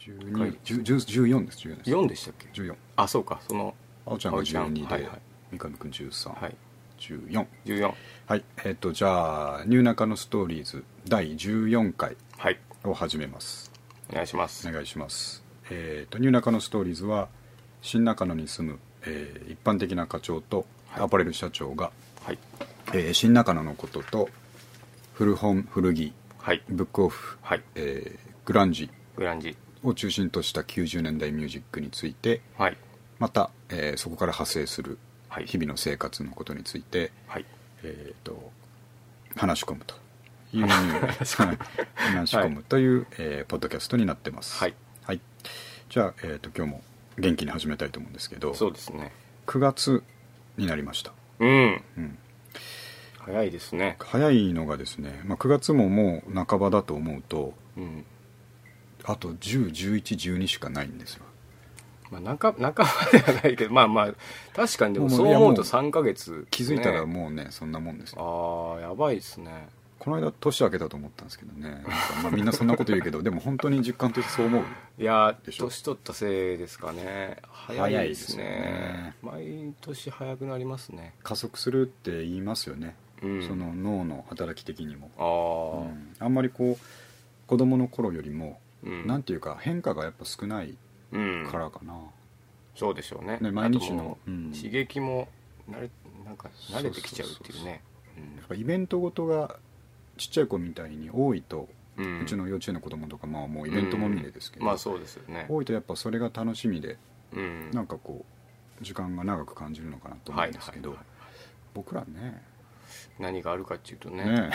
14です。 4でしたっけ。 14。 あ、そうか。その青ちゃんが12で、 はいはい、 三上くん13、 はい、 14。はい。じゃあニューナカのストーリーズ第14回を始めます。 お願いします。 お願いします。ニューナカのストーリーズは新中野に住む、一般的な課長とアパレル社長が、 はい、 新中野のことと古本古着、 はい、 ブックオフ、 はい、 グランジを中心とした90年代ミュージックについて、 はい、 また、そこから派生するはい日々の生活のことについて、 はい、 話し込むという話し込むという、ポッドキャストになってます。 はい、 はい、じゃあ、今日も元気に始めたいと思うんですけど、 そうですね、 9月になりました。 うん、 うん、 早いですね。 早いのがですね、9月ももう半ばだと思うと、 うん、 あと10、11、12しかないんですよ。 半ばではないけど、まあ確かにでもそう思うと3ヶ月、ね、 気づいたらもうねそんなもんですよ。 ああ、やばいですね。 この間年明けたと思ったんですけどね。みんなそんなこと言うけどでも本当に実感としてそう思う。 いや、年取ったせいですかね。早いですね。 早いですよね。 毎年早くなりますね。 加速するって言いますよね、 うん、 その脳の働き的にも。 あんまりこう子供の頃よりも、なんてていうか変化がやっぱ少ないからかな、 そうでしょうね。 毎日の、 刺激もなんか慣れてきちゃうっていうね。 やっぱイベントごとがちっちゃい子みたいに多いと、 うちの幼稚園の子供とか、もうイベントもみれですけど、 そうですよね。 多いとやっぱそれが楽しみで、なんかかこう時間が長く感じるのかなと思うんですけど、僕らね何があるかっていうとね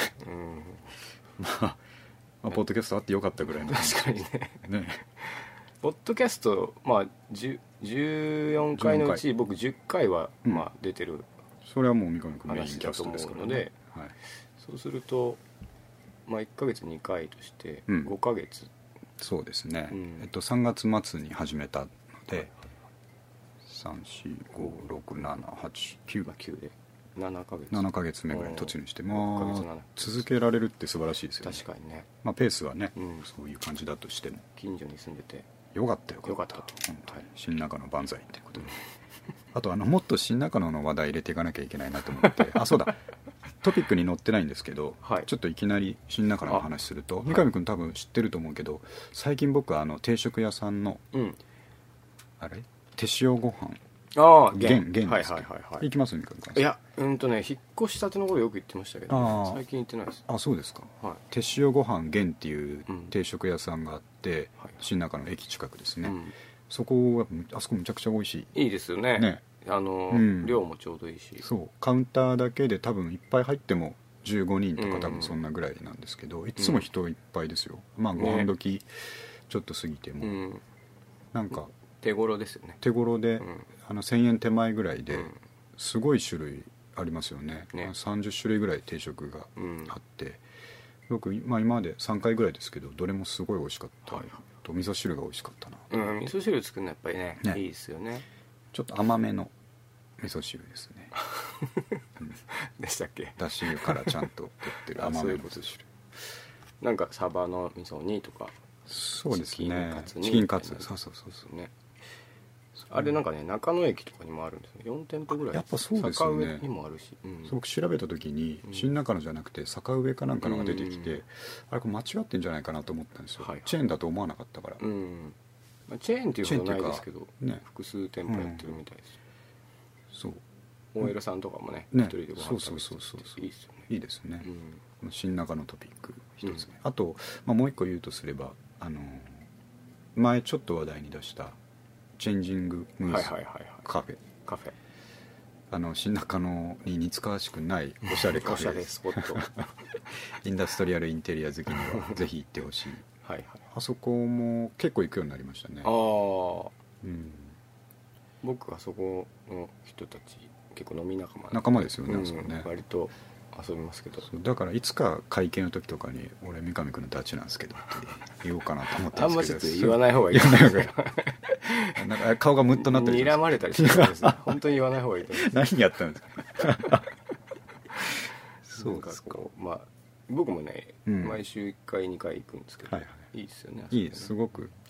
ポッドキャストあってよかったぐらいの確かにねポッドキャスト、14回のうち僕10回は出てる、 それはもう三上君メイン話キャストですからので、 はい、 そうすると、1ヶ月2回としてうん 5ヶ月、 そうですね、 うん 3月末に始めたので、3456789 9で7ヶ月 7ヶ月目ぐらいに突入して、 6ヶ月7 続けられるって素晴らしいですよね。 確かにね、 ペースはね、 うんそういう感じだとしても近所に住んでてよかったよかったと、 本当に新中野万歳ってことであともっと新中野の話題入れていかなきゃいけないなと思ってそうだトピックに載ってないんですけど、 はい、 ちょっといきなり新中野の話すると、三上君多分知ってると思うけど、最近僕定食屋さんの、あれ手塩ご飯源ですけど、行きます三上君。 いや引っ越したての頃よく行ってましたけど、最近行ってないです。 そうですか、 はい、 手塩ご飯源っていう定食屋さんがあって、新中野駅近くですね、そこあそこむちゃくちゃ美味しい。 いいですよね。量もちょうどいいし、 そうカウンターだけで多分いっぱい入っても15人とか多分そんなぐらいなんですけど、いつも人いっぱいですよ。ご飯時ちょっと過ぎても、なんか手頃ですよね。 手頃で、1000円手前ぐらいですごい種類ありますよね。30種類ぐらい定食があって、僕、今まで3回ぐらいですけどどれもすごい美味しかった、と味噌汁が美味しかったな。 味噌汁作るのやっぱりねいいですよね。 ちょっと甘めの味噌汁ですねでしたっけ。 だしからちゃんと取ってる甘めの味噌汁。 なんかサバの味噌煮とか、 そうですね、 チキンカツそうね。あれなんかね、中野駅とかにもあるんですね。4店舗ぐらい。 やっぱそうですよね。 坂上にもあるし、 僕調べた時に新中野じゃなくて坂上かなんかのが出てきて、あれこれ間違ってんじゃないかなと思ったんですよ、チェーンだと思わなかったから。 チェーンっていうことないですけど、複数店舗やってるみたいです。 そう、 OL さんとかもね、一人でご飯食べていいですよね。 いいですね。新中野トピック一つ目。あともう一個言うとすれば、前ちょっと話題に出したチェンジングムーズカフェ、新中野に似つかわしくないおしゃれカフェおしゃれスポットインダストリアルインテリア好きにはぜひ行ってほしい。あそこも結構行くようになりましたね。 僕はそこの人たち結構飲み仲間ですよね、あそこね。 割と遊びますけど、 だからいつか会見の時とかに俺三上君のダチなんですけどって言おうかなと思ってあんまちょっと言わない方がいいなんか顔がムッとなってる。 睨まれたりしてるんです本当に言わない方がいいと思います。 何やったんですかそうですか。僕もね、毎週1回2回行くんですけど、いいですよね。 いい、すごく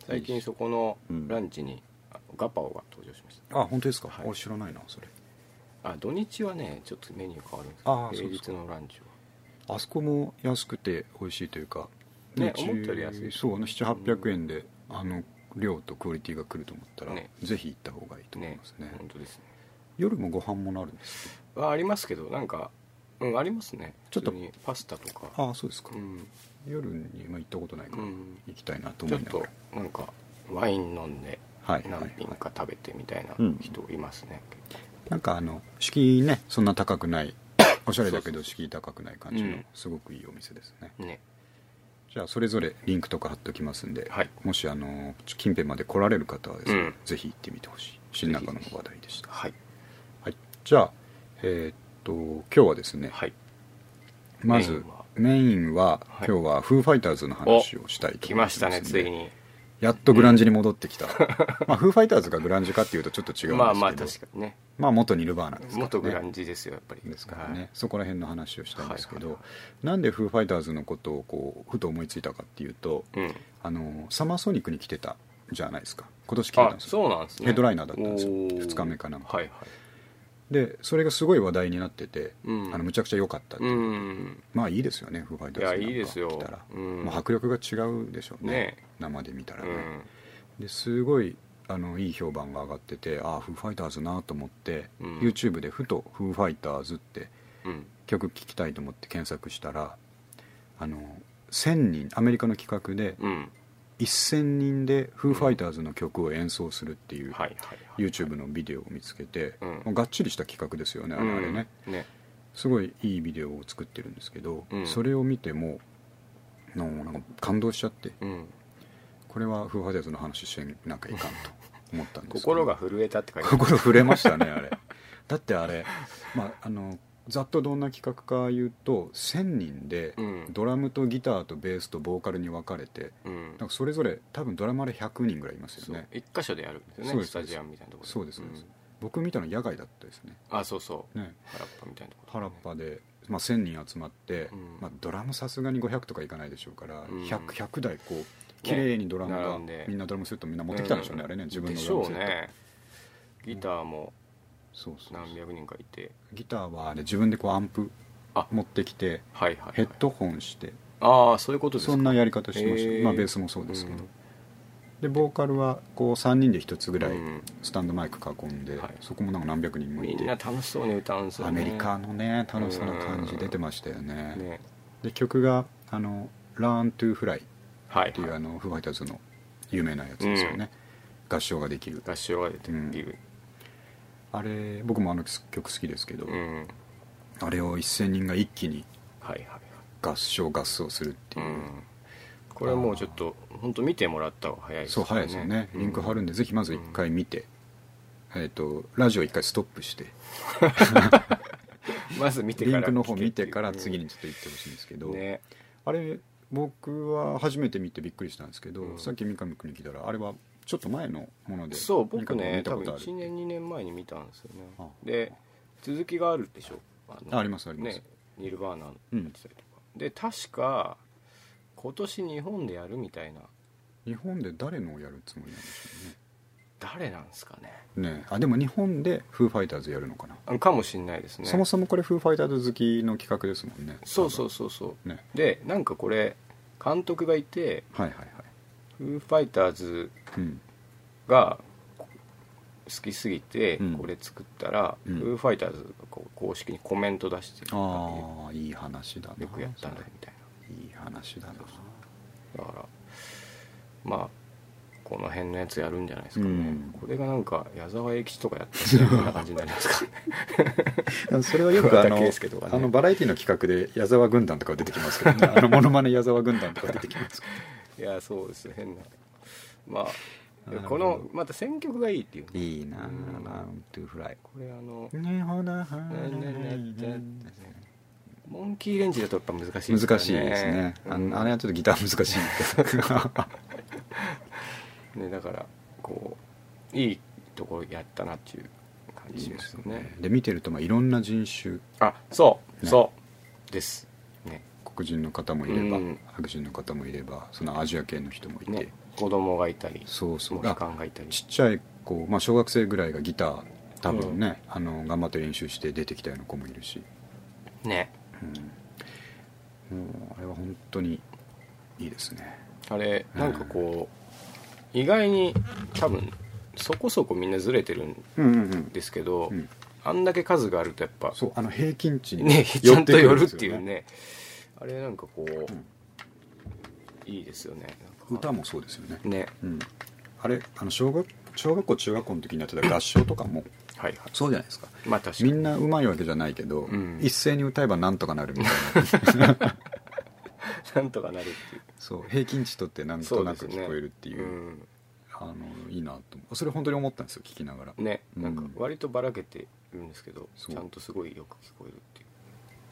最近そこのランチにガパオが登場しました。 あ、本当ですか。 はい、 知らないなそれ。 土日はねちょっとメニュー変わるんですけど、平日のランチはあそこも安くて美味しいというかね、思ったより安い。 そう、700-800円で量とクオリティが来ると思ったら、ね、ぜひ行った方がいいと思いますね。 本当ですね。 夜もご飯ものあるんですか？ありますけど、なんかありますね。ちょっとパスタとか。 ああ、そうですか。夜に行ったことないから行きたいなと思いながら、 ちょっとなんかワイン飲んで何品か食べてみたいな人いますね。 なんか敷居ねそんな高くないおしゃれだけど敷居高くない感じのすごくいいお店ですね。じゃあそれぞれリンクとか貼っておきますんで、 はい、 もし近辺まで来られる方はですね、ぜひ行ってみてほしい新中野の話題でした。 はい、 はい、じゃあ今日はですね、 はい、 まずメインは、今日はフーファイターズの話をしたいと思います。 来ましたね、ついに。 やっとグランジに戻ってきた、まあフーファイターズがグランジかっていうとちょっと違うんですけど、 まあ確かにね、 元ニルバーナですからね。 元グランジですよやっぱり。 ですからね、そこら辺の話をしたいんですけど、なんでフーファイターズのことをふと思いついたかっていうと、サマーソニックに来てたじゃないですか。今年来てたんですよ。 そうなんですね。 ヘッドライナーだったんですよ。2日目かなんか、でそれがすごい話題になってて、むちゃくちゃ良かったっていうこと、まあいいですよね、フーファイターズなんかいいですよ来たら、まあ、迫力が違うでしょうね、生で見たらね。ですごいいい評判が上がってて、フーファイターズなと思って、YouTube でふとフーファイターズって曲聴きたいと思って検索したら、1000人アメリカの企画で、1000人でフーファイターズの曲を演奏するっていう YouTube のビデオを見つけて、がっちりした企画ですよね、あれね。すごいいいビデオを作ってるんですけど、それを見てもなんか感動しちゃって、これはフーファイターズの話してなんかいかんと思ったんですけど心が震えたって書いてある。 心震えましたねあれ。だってあれ、ざっとどんな企画か言うと、1000人でドラムとギターとベースとボーカルに分かれて、なんかそれぞれ多分ドラマで100人ぐらいいますよね。 一箇所でやるんですよね、スタジアムみたいなところで。 そうです、僕見たの野外だったですね。 そうね、原っぱみたいなところ、 原っぱで、1000人集まって、ドラムさすがに500とかいかないでしょうから、100台こう綺麗にドラムが、みんなドラムセットみんな持ってきたんでしょうね、あれね、自分のドラムセットでしょうね。 ギターも何百人かいて、 ギターは、自分でこうアンプ持ってきて、ヘッドホンして、 そういうことですか。 そんなやり方してました。ベースもそうですけど、でボーカルはこう3人で1つぐらいスタンドマイク囲んで、そこもなんか何百人もいて、 みんな楽しそうに歌うんですよね。 アメリカのね楽しそうな感じ出てましたよね。で曲がLearn to Flyっていうフーファイターズの有名なやつですよね。合唱ができる。あれ僕も曲好きですけど、あれを1000人が一気に合唱合奏するっていう、 これはもうちょっと本当見てもらった方が早いですね。 そう早いですよね。リンク貼るんで、ぜひまず一回見て、ラジオ一回ストップしてまず見てからリンクの方見てから次にちょっと言ってほしいんですけど、あれ僕は初めて見てびっくりしたんですけど、さっき三上君に聞いたらあれはちょっと前のもので、 そう僕ね多分1年2年前に見たんですよね。で続きがあるでしょ。 ありますあります、 ニルバーナのやってたりとか、で確か今年日本でやるみたいな。 日本で誰のをやるつもりなんでしょうね。 誰なんですかね。 でも日本でフーファイターズやるのかな。 かもしれないですね。 そもそもこれフーファイターズ好きの企画ですもんね。 そう、でなんかこれ監督がいて、フーファイターズが好きすぎてこれ作ったら、フーファイターズが公式にコメント出してるっていう。いい話だな。 よくやったねみたいな。いい話だな。 だからまあこの辺のやつやるんじゃないですかね。これがなんか矢沢永吉とかやってるような感じになりますかね。 それはよくバラエティの企画で矢沢軍団とか出てきますけどね。モノマネ矢沢軍団とか出てきますいやそうですね、変な、まあこのまた選曲がいいっていう、 いいな。ラントゥフライ、 これモンキーレンジだとやっぱ難しいですね。 難しいですね。あれはちょっとギター難しいんですね、だからこういいところやったなっていう感じしますね。 で見てるといろんな人種、 そうですね。 黒人の方もいれば白人の方もいれば、そのアジア系の人もいて、 子供がいたりそうそう、 モヒカンがいたりちっちゃい子、まあ、小学生ぐらいがギター多分ね、頑張って練習して出てきたような子もいるしね、 もうあれは本当にいいですね。 あれなんかこう、意外に多分そこそこみんなずれてるんですけど、あんだけ数があるとやっぱそう平均値にねちゃんと寄るっていうね、あれなんかこう、いいですよね。なんか歌もそうですよね。 ね、 あれ小学校中学校の時にやってた合唱とかもはいはい、 そうじゃないですか。 まあ確かにみんなうまいわけじゃないけど、一斉に歌えばなんとかなるみたいななんとかなるっていう、 そう平均値とってなんとなく聞こえるっていう、いいなと思う。それ本当に思ったんですよ聞きながらね。なんか割とばらけてるんですけど、ちゃんとすごいよく聞こえるっていう。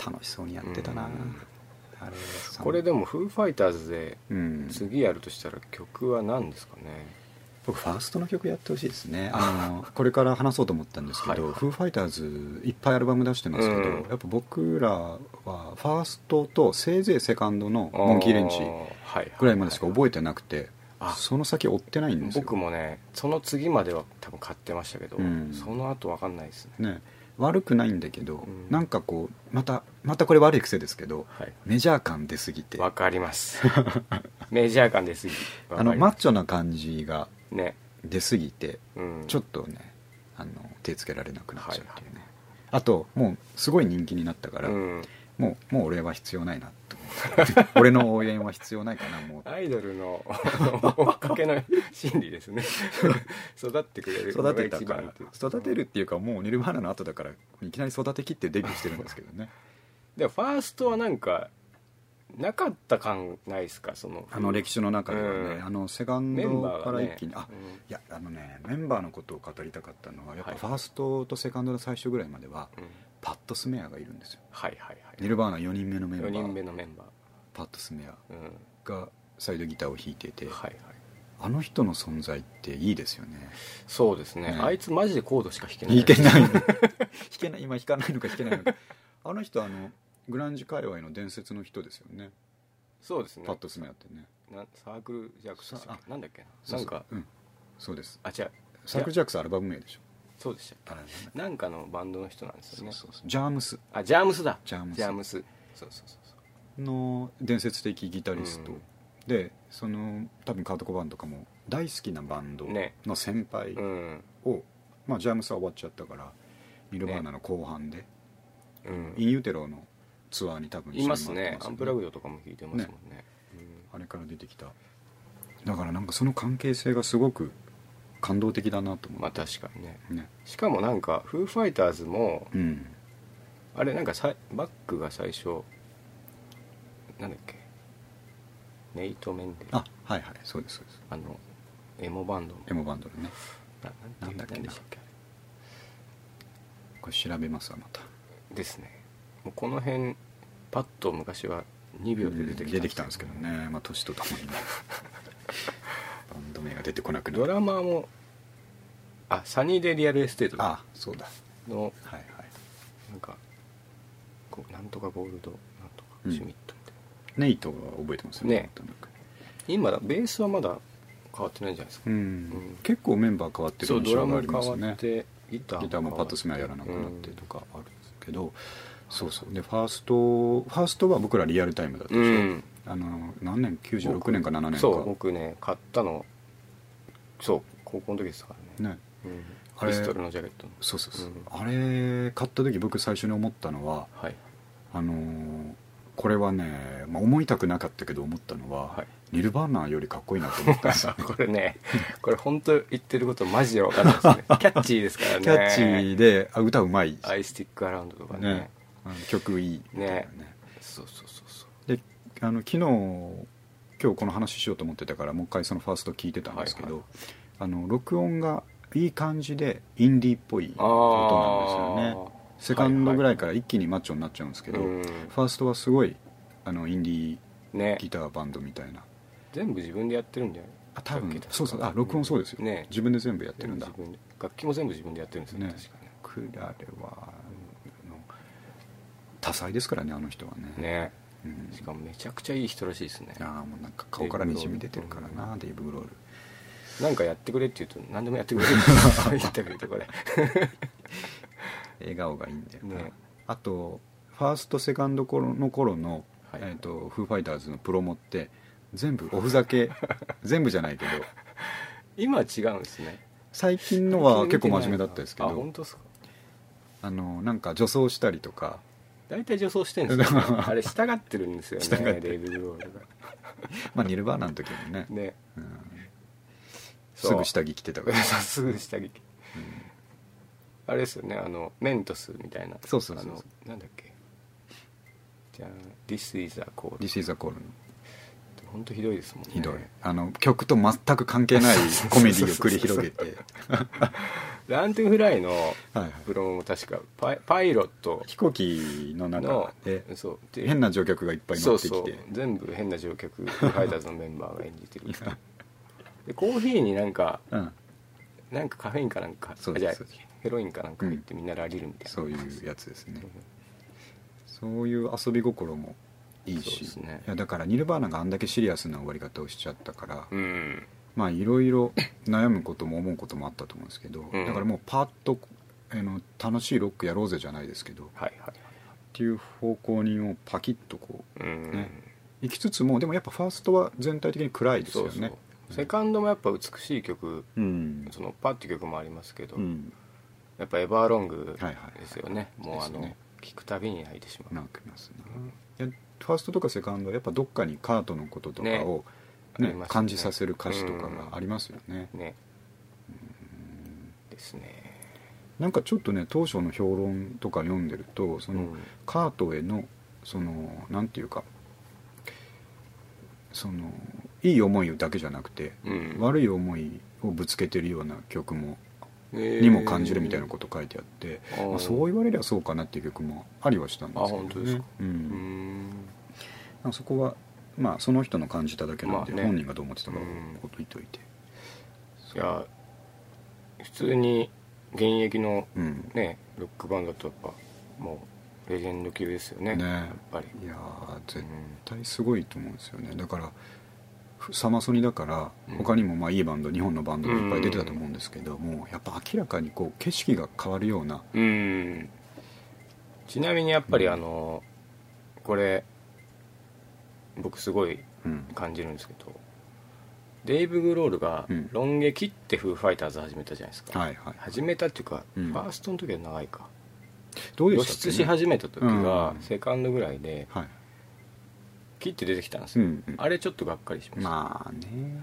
楽しそうにやってたな、あれこれでもフーファイターズで次やるとしたら曲は何ですかね。 僕ファーストの曲やってほしいですね。これから話そうと思ったんですけど、フーファイターズいっぱいアルバム出してますけど、やっぱ僕らはファーストとせいぜいセカンドのモンキーレンチぐらいまでしか覚えてなくて、その先追ってないんですよ。 僕もねその次までは多分買ってましたけど、その後分かんないですね。 悪くないんだけど、なんかこうまたこれ悪い癖ですけど、メジャー感出すぎて。 分かりますメジャー感出すぎマッチョな感じが出すぎて、ちょっとね手つけられなくなっちゃうっていうね、あともうすごい人気になったから、もう俺は必要ないなと思って俺の応援は必要ないかな。もうアイドルの追っかけの心理ですね育ってくれるのが一番っていう。 育てるっていうか、もうニルバーナの後だからいきなり育てきってデビューしてるんですけどねでもファーストはなんかなかった感ないですか、その歴史の中ではね、セカンドから一気に、いやメンバーのことを語りたかったのはやっぱファーストとセカンドの最初ぐらいまでは、パッド・スメアがいるんですよ。ニルバーナ4人目のメンバーパッド・スメアがサイドギターを弾いてて、あの人の存在っていいですよね。 そうですね。あいつマジでコードしか弾けない。 弾けない今弾かないのか弾けないのかあの人グランジ界隈の伝説の人ですよね。 そうですね。 パッド・スメアってね、 サークルジャックスなんだっけな、なんかそうです。 違う、 サークルジャックスアルバム名でしょ。 そうでした。なんかのバンドの人なんですよね。 ジャームス。 ジャームスだ。 ジャームスそうの伝説的ギタリストで、多分カート・コバーンとかも大好きなバンドの先輩を、ジャームスは終わっちゃったからニルバーナの後半で、インユーテロのツアーに多分いますね。アンプラグドとかも弾いてますもんね。 あれから出てきた。だからなんかその関係性がすごく感動的だなと思って。 確かにね。しかもなんかフーファイターズも、あれなんかバックが最初なんだっけ、ネイト・メンデル。 そうですエモバンドのね、なんだっけな、これ調べますわまたですね。もうこの辺パッと昔は2秒で出てきたんですけどね、年とともにねバンド名が出てこなくなる。 ドラマーもサニーデリアルエステートそうだの、なんかなんとかゴールドなんとかシュミットみたいな、ネイトは覚えてますよね。 今ベースはまだ変わってないんじゃないですか。 結構メンバー変わってる印象がありますね。 ドラム変わってギターもパッド・スメアやらなくなってとかあるんですけど、でファーストは僕らリアルタイムだったでしょ。何年96年か7年か。 そう僕ね買ったの高校の時ですからね。クリストルのジャケットの。あれ買った時僕最初に思ったのは、 これはね、思いたくなかったけど思ったのは、ニルバーナーよりかっこいいなと思ったんですよこれ本当言ってることマジで分かんないですね。キャッチーですからね。 キャッチーで歌うまい。 アイスティックアラウンドとかね、 曲いいね。 で昨日今日この話しようと思ってたからもう一回そのファースト聞いてたんですけど、録音がいい感じでインディーっぽい音なんですよね。セカンドぐらいから一気にマッチョになっちゃうんですけど、ファーストはすごいインディーギターバンドみたいな。 全部自分でやってるんじゃない？ 多分録音そうですよね。自分で全部やってるんだ。 楽器も全部自分でやってるんですよね。確かにクラレは多彩ですからね、あの人はね。 しかもめちゃくちゃいい人らしいですね。 もうなんか顔からにじみ出てるからな、デイブ・グロール。 なんかやってくれって言うと何でもやってくれるインタビューとかで笑顔がいいんだよな、 ね。 あとファーストセカンドの頃の、フーファイターズのプロモって全部おふざけ全部じゃないけど今は違うんですね。 最近のは結構真面目だったですけど、 本当ですか。 なんか女装したりとか、 大体女装してるんですよ、ね、あれ従ってるんですよね、デイブ・グロールがまあニルバーナの時もね、すぐ下着着てたからすぐ下着、あれですよね、メントスみたいな、 そうなんだっけ、じゃあ This is a call This is a call 本当ひどいですもんね。 ひどい、曲と全く関係ないコメディを繰り広げてラントゥフライのプロも確かパイロット飛行機の中でそう変な乗客がいっぱい乗ってきて、 そう全部変な乗客ファイターズのメンバーが演じてるでコーヒーになんかカフェインかなんかじゃあヘロインかなんか入ってみんなラリるみたいな、 そういうやつですね、そういう遊び心もいいし、いやだからニルバーナがあんだけシリアスな終わり方をしちゃったから、まあいろいろ悩むことも思うこともあったと思うんですけど、だからもうパッと楽しいロックやろうぜじゃないですけど、っていう方向にもうパキッとこう、行きつつも、でもやっぱファーストは全体的に暗いですよね。 セカンドもやっぱ美しい曲、そのパッって曲もありますけど、やっぱエバーロングですよね、もう聞くたびに泣いてしまう。 泣きますね。ファーストとかセカンドはやっぱどっかにカートのこととかを、感じさせる歌詞とかがありますよね。 ですね。 なんかちょっとね、当初の評論とか読んでると、そのカートへのそのなんていうか、そのいい思いだけじゃなくて、悪い思いをぶつけてるような曲もにも感じるみたいなこと書いてあって、そう言われりゃそうかなっていう曲もありはしたんですけどね。 本当ですか。 そこはまあその人の感じただけなので、本人がどう思ってたかを置いといて、 いや普通に現役のね、ロックバンドとやっぱもうレジェンド級ですよね、やっぱり。 いや絶対すごいと思うんですよね。だからサマソニだから他にもまあいいバンド、日本のバンドがいっぱい出てたと思うんですけども、やっぱ明らかにこう景色が変わるような、 ちなみにやっぱりこれ僕すごい感じるんですけど、デイブ・グロールがロン毛切ってフーファイターズ始めたじゃないですか、始めたっていうか、ファーストの時は長いか、 どうでしたっけね、 露出し始めた時がセカンドぐらいで、切って出てきたんですよ、あれちょっとがっかりしました。 まあね、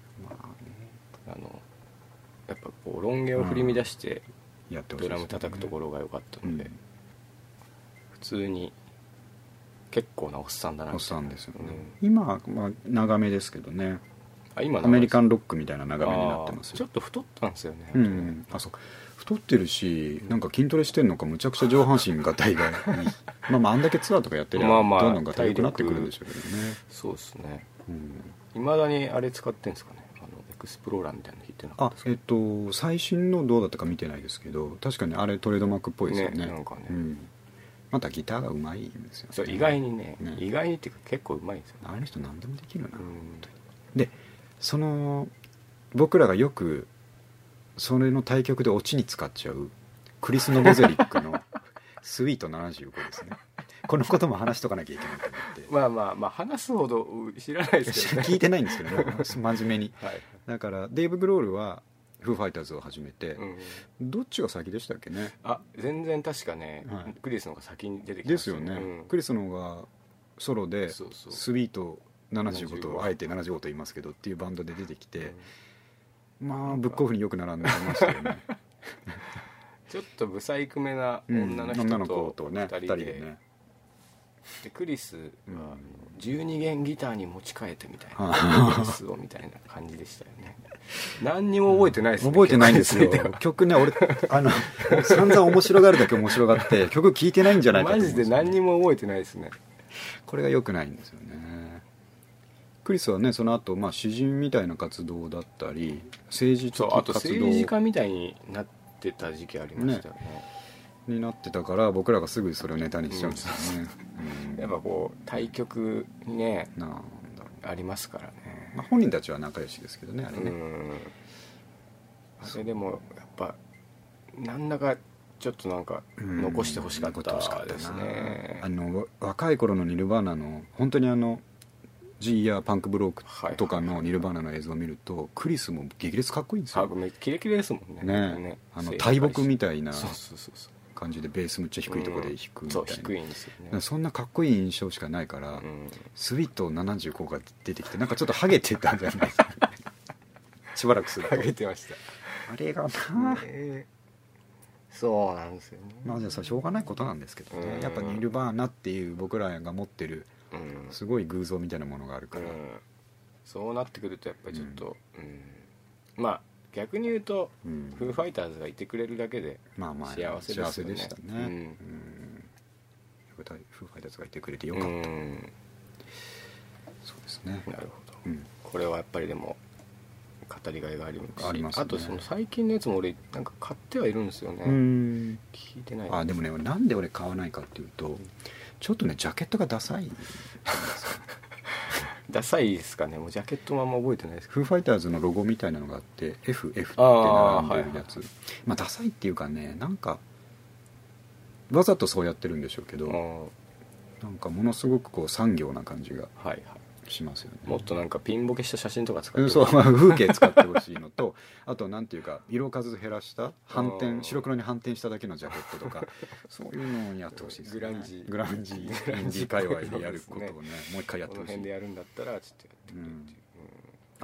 やっぱこうロン毛を振り乱してドラム叩くところが良かったので、普通に結構なおっさんだな。 おっさんですよね、今はまあ長めですけどね、 今アメリカンロックみたいな長めになってますよ。 ちょっと太ったんですよね、 そう太ってるし、なんか筋トレしてんのかむちゃくちゃ上半身が体がいいまああんだけツアーとかやってるばどんどんが体力くなってくるんでしょうけどね。 そうですね。いまだにあれ使ってんですかね、エクスプローラーみたいなの弾いてなかったですか。 最新のどうだったか見てないですけど、確かにあれトレードマークっぽいですよね。 なんかね、 またギターがうまいんですよね。 そう意外にね、意外にっていうか結構うまいんですよね。 あの人何でもできるな、本当に。でその僕らがよくそれの対局でオチに使っちゃうクリス・ノボゼリックのスイート75ですね。このことも話しとかなきゃいけないと思って、 まあ話すほど知らないですけどね。 聞いてないんですけどね真面目に、だからデイブ・グロールはフーファイターズを始めて、どっちが先でしたっけね。 全然確かね、クリスの方が先に出てきたですよね、クリスの方がソロでスイート75とあえて75と言いますけどっていうバンドで出てきて、まあブックオフによく並んでましたよねちょっとブサイクめな女の人と2人で、でクリスは12弦ギターに持ち替えてみたいなクリスをみたいな感じでしたよね。何にも覚えてないですね、 覚えてないんですよ曲ね。俺散々面白がるだけ面白がって曲聞いてないんじゃないかと思うんですよ、 マジで何にも覚えてないですね。 これが良くないんですよね。クリスはね、その後、詩人みたいな活動だったり政治的活動、 あと政治家みたいになってた時期ありましたよね。 になってたから僕らがすぐそれをネタにしちゃうんですよね。 やっぱこう対局にねありますからね、 まあ、本人たちは仲良しですけどねあれね。 あれでもやっぱなんだかちょっとなんか残してほしかったですね。 若い頃のニルバーナの本当にG やパンクブロークとかのニルバーナの映像を見ると、クリスも激烈かっこいいんですよ。 キレキレですもんね。 大木みたいな感じでベースむっちゃ低いところで弾くみたいな、 そう低いんですよね。 そんなかっこいい印象しかないから、スイート75が出てきてなんかちょっとハゲてたんじゃないですかしばらくするとハゲてました。 あれがな、 そうなんですよね。 まあじゃあしょうがないことなんですけどね、やっぱニルバーナっていう僕らが持ってるすごい偶像みたいなものがあるから、 そうなってくるとやっぱりちょっと、まあ逆に言うと、フーファイターズがいてくれるだけで幸せですよね。 幸せでしたね。フーファイターズがいてくれてよかった。そうですね。 なるほど、これはやっぱりでも語りがいがありますし、 ありますね。 あとその最近のやつも俺なんか買ってはいるんですよね。聞いてない。 でもね、なんで俺買わないかっていうと、ちょっとねジャケットがダサいダサいですかね。もうジャケットもあんま覚えてないですけど、 フーファイターズのロゴみたいなのがあって FF って並んでるやつ、まあダサいっていうかね、なんかわざとそうやってるんでしょうけど、なんかものすごくこう産業な感じがしますよね。 もっとなんかピンボケした写真とか使ってそう、風景使ってほしいのとあとなんていうか色数減らした白黒に反転しただけのジャケットとかそういうのをやってほしいですね。グランジインディー界隈でやることをねもう一回やってほしい。 この辺でやるんだったらちょっとやってくれっていう、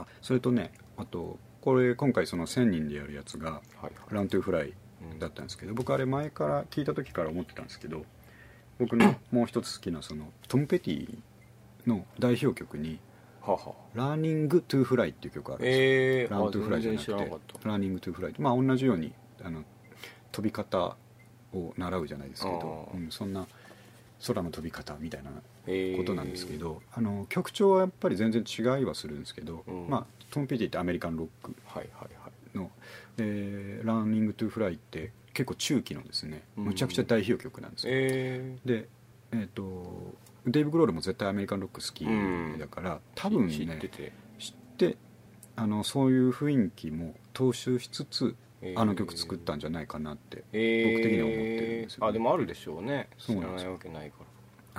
それとね、あとこれ今回その1000人でやるやつがラントゥーフライだったんですけど、僕あれ前から聞いた時から思ってたんですけど、僕のもう一つ好きなそのトム・ペティの代表曲にラーニング・トゥ・フライっていう曲があるんですよ。ラントゥ・フライじゃなくてラーニング・トゥ・フライ、まあ同じように飛び方を習うじゃないですけど、そんな空の飛び方みたいなことなんですけど、曲調はやっぱり全然違いはするんですけど、まあトム・ペティってアメリカンロックのラーニング・トゥ・フライって結構中期のですね、むちゃくちゃ代表曲なんですよ。でデイブ・グロールも絶対アメリカンロック好きだから、多分ね知ってそういう雰囲気も踏襲しつつ曲作ったんじゃないかなって僕的には思ってるんですよ、ね。 でもあるでしょうね。 そうなんですよ。 知らないわけないから。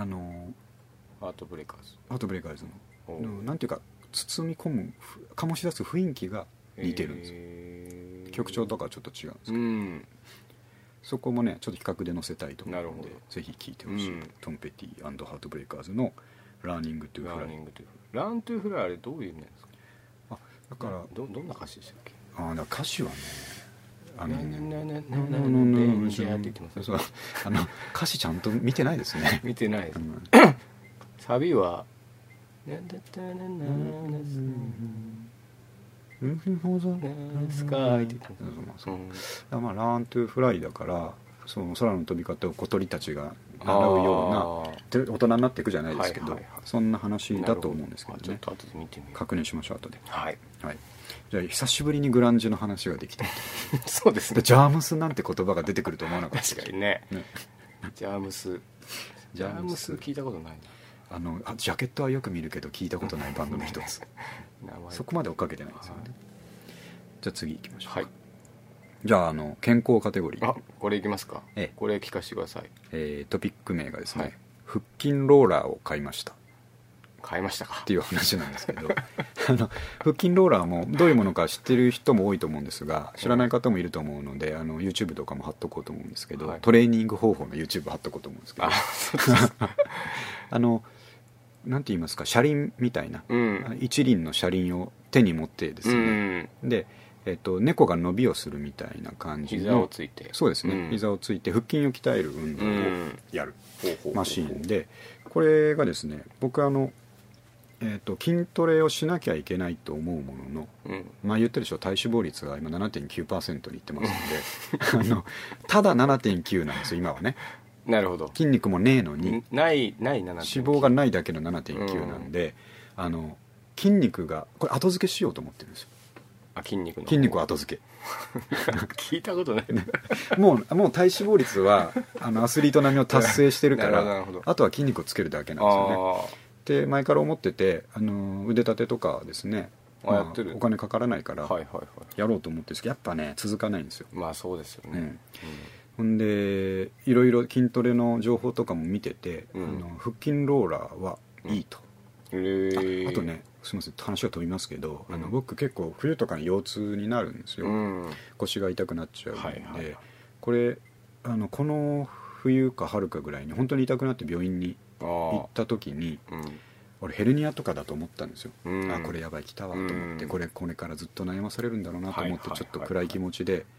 ハートブレイカーズのなんていうか包み込む醸し出す雰囲気が似てるんですよ。曲調とかはちょっと違うんですけど、そこもねちょっと比較で載せたいと思うのでぜひ聴いてほしい、トム・ペティ&ハートブレイカーズのラーニング・トゥ・フライ。 ラーントゥ・フライあれどういう意味なんですか。 だからどんな歌詞でしたっけ。 だから歌詞はね歌詞ちゃんと見てないですね。 見てないです、サビはスカイって言ってまあラーントゥフライだからその空の飛び方を小鳥たちが習うような大人になっていくじゃないですけど、そんな話だと思うんですけどね。 ちょっと後で見てみよう。 確認しましょう後で。 はい、 じゃあ久しぶりにグランジの話ができたそうですね。 ジャームスなんて言葉が出てくると思わなかった。 確かにねジャームス聞いたことないな。 ジャケットはよく見るけど聞いたことないバンドの一つそこまで追っかけてないですよね。じゃあ次行きましょう。じゃあ健康カテゴリー。 これいきますか。これ聞かせてください。トピック名がですね、腹筋ローラーを買いましたかっていう話なんですけど腹筋ローラーもどういうものか知ってる人も多いと思うんですが、知らない方もいると思うのでYouTube とかも貼っとこうと思うんですけど、トレーニング方法の YouTube 貼っとこうと思うんですけどなんて言いますか、車輪みたいな、一輪の車輪を手に持ってですね、で、猫が伸びをするみたいな感じの膝をついて、 そうですね、膝をついて腹筋を鍛える運動をやるマシーンで、これがですね、僕筋トレをしなきゃいけないと思うものの、まあ言ったでしょ、体脂肪率が今 7.9% にいってますのでただ 7.9 なんですよ今はね。 なるほど。 筋肉もねえのにない脂肪がないだけの 7.9 なんで、筋肉がこれ後付けしようと思ってるんですよ。 筋肉の筋肉後付け聞いたことないねもう体脂肪率はアスリート並みを達成してるからあとは筋肉をつけるだけなんですよねで前から思ってて腕立てとかですね、 やってるお金かからないからはいはいはいやろうと思ってるんですけどやっぱね続かないんですよ。 まあそうですよね、 ほんでいろいろ筋トレの情報とかも見てて、腹筋ローラーはいいと、あとねすみません話が飛びますけど、僕結構冬とかに腰痛になるんですよ、腰が痛くなっちゃうんで、これこの冬か春かぐらいに本当に痛くなって病院に行った時に、俺ヘルニアとかだと思ったんですよ、これやばい来たわと思って、これからずっと悩まされるんだろうなと思ってちょっと暗い気持ちで、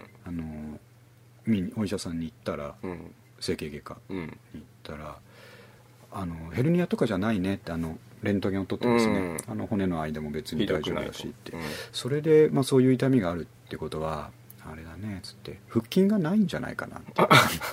お医者さんに行ったら、整形外科に行ったら、ヘルニアとかじゃないねってレントゲンを取ってですね、骨の間も別に大丈夫だしって、それで、そういう痛みがあるってことはあれだねっつって腹筋がないんじゃないかなって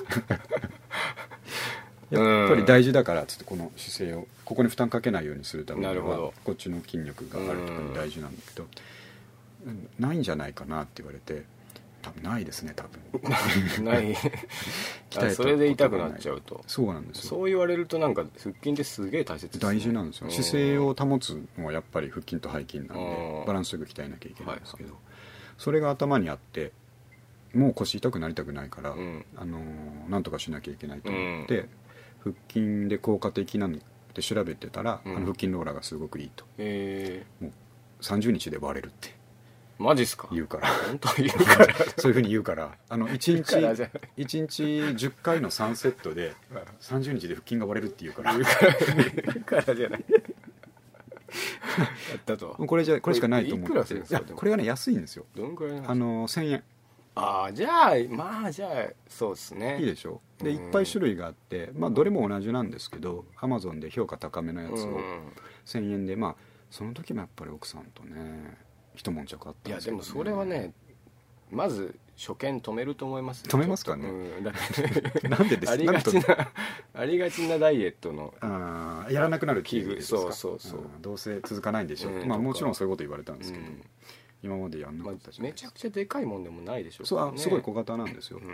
やっぱり大事だからっつってこの姿勢をここに負担かけないようにするためにはこっちの筋力があるところに大事なんだけど、ないんじゃないかなって言われて多分ないですね多分ないそれで痛くなっちゃうとそうなんですよ。 そう言われるとなんか腹筋ってすげえ大切ですね。 大事なんですよ。姿勢を保つのはやっぱり腹筋と背筋なんでバランスよく鍛えなきゃいけないんですけど、それが頭にあってもう腰痛くなりたくないから、なんとかしなきゃいけないと思って、腹筋で効果的なんて調べてたら、腹筋ローラーがすごくいいと、もう30日で割れるってマジっすか言うから本当言うからそういうふうに言うから1日10回の3セットで30日で腹筋が割れるって言うから言うからじゃないやったとこれしかないと思って。 いくらするんですか？ いやこれがね安いんですよ。 どんくらいなんですか ？1000円。 じゃあそうですね。 いいでしょ。でいっぱい種類があって、どれも同じなんですけどアマゾンで評価高めのやつを1000円でその時もやっぱり奥さんとね一悶着あったんですけど、ね、 いやでもそれはねまず初見止めると思います、 止めますかね、 だってなんでですかありがちなダイエットのやらなくなる器具ですか。 そうどうせ続かないんでしょう、もちろんそういうこと言われたんですけど、今までやんなかったじゃないですか。 めちゃくちゃでかいもんでもないでしょうからね。すごい小型なんですよ、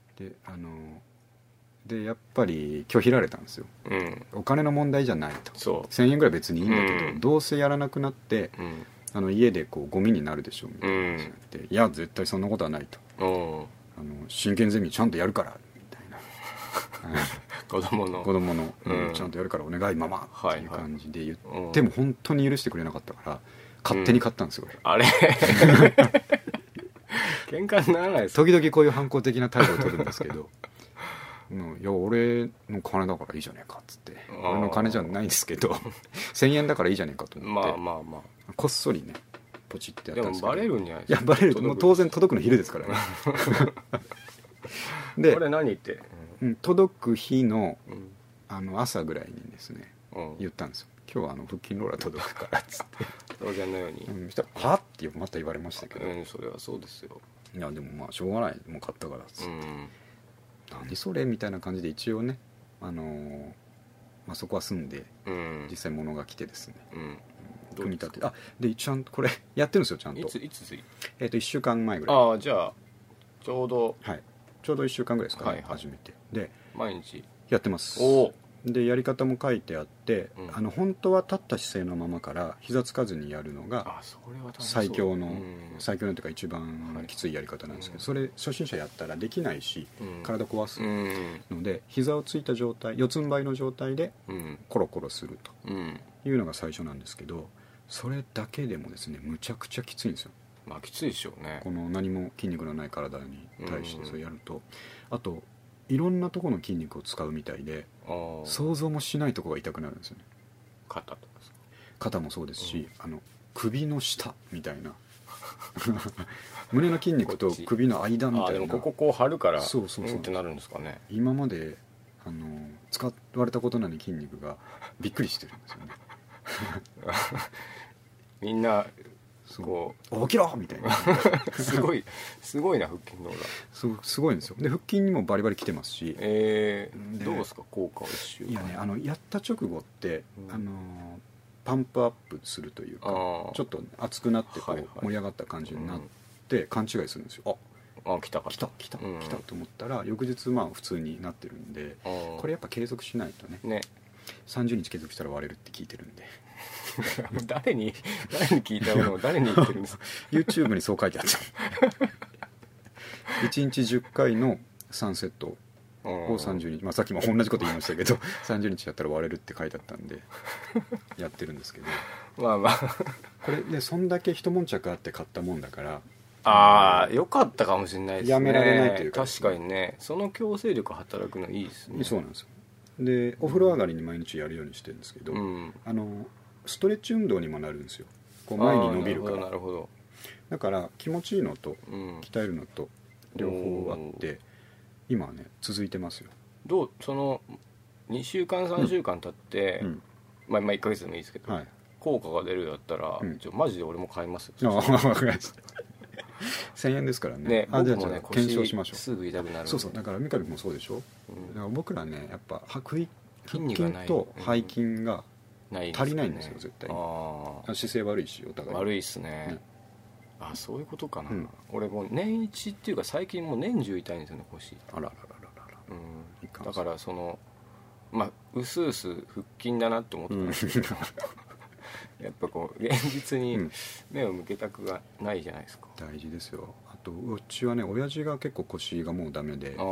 でやっぱり拒否られたんですよ、お金の問題じゃないと。1000円ぐらい別にいいんだけど、どうせやらなくなって、家でゴミになるでしょみたいな話になって、いや絶対そんなことはないと、真剣ゼミちゃんとやるからみたいな子供の、 ちゃんとやるからお願いママっていう感じで言っても本当に許してくれなかったから勝手に買ったんですよ、 あれ喧嘩にならないですか？ 時々こういう反抗的な態度を取るんですけどいや俺の金だからいいじゃねえかっつって、俺の金じゃないんですけど1000円だからいいじゃねえかと思って、こっそりねポチってやったんですけど、 でもバレるんじゃないですか？ いやバレるともう当然届くの昼ですからねでこれ何って、 届く日の朝ぐらいにですね、言ったんですよ。今日は腹筋ローラー届くからっつって当然のように、 したらはってまた言われましたけど、 それはそうですよ。 いやでもしょうがないもう買ったからっつって、何それみたいな感じで一応ねそこは住んで、実際物が来てですね、組み立てでちゃんとこれやってるんですよちゃんと。 いつ 1週間前ぐらい。 じゃあちょうど 1週間ぐらいですかね、初めてで毎日やってます。でやり方も書いてあって、本当は立った姿勢のままから膝つかずにやるのが最強のというか一番きついやり方なんですけど、それ初心者やったらできないし、体壊すので膝をついた状態、四つん這いの状態でコロコロするというのが最初なんですけど、それだけでもですねむちゃくちゃきついんですよ。 きついでしょうね。 この何も筋肉のない体に対してそれやると、あといろんなところの筋肉を使うみたいで想像もしないところが痛くなるんですよね。 肩とか肩もそうですし、首の下みたいな胸の筋肉と首の間みたいな。 でもこ張るからそうってなるんですかね。 今まで使われたことのない筋肉がびっくりしてるんですよねみんなこう起きろみたいなすごいな腹筋ローラー。すごいんですよ。で腹筋にもバリバリきてますし、 どうですか効果は一週間。 いやねやった直後って、 パンプアップするというか、ちょっと、ね、熱くなってこう盛り上がった感じになって勘違いするんですよ。来たと思ったら翌日まあ普通になってるんで、これやっぱ継続しないと ね30日継続したら割れるって聞いてるんで誰に聞いたものを誰に言ってるんですか YouTube にそう書いてあった1日10回の3セットを30日、まあ、さっきも同じこと言いましたけど30日やったら割れるって書いてあったんでやってるんですけどまあまあこれねそんだけ一悶着あって買ったもんだからよかったかもしれないですね。 やめられないというか、 確かにねその強制力働くのいいですね。 そうなんですよ。でお風呂上がりに毎日やるようにしてるんですけど、ストレッチ運動にもなるんですよ。こう前に伸びるから。 なるほど。 だから気持ちいいのと、鍛えるのと両方あって今はね続いてますよ。 どうその2週間3週間経って、まあ1ヶ月でもいいですけど、効果が出るだったら、マジで俺も買いますよ。 わかりました。1000円ですからね。 僕もね検証しましょう。 すぐ痛くなる。 そうだから三上もそうでしょ。だから僕らねやっぱ筋と背筋が足りないんですよ絶対に。姿勢悪いしお互い。 悪いっすね。そういうことかな。俺もう年一っていうか最近もう年中痛いんですよね腰。 あら。 だからそのまあうすうす腹筋だなって思ってたんですけど。やっぱこう現実に目を向けたくがないじゃないですか。 大事ですよ。あとうちはね親父が結構腰がもうダメで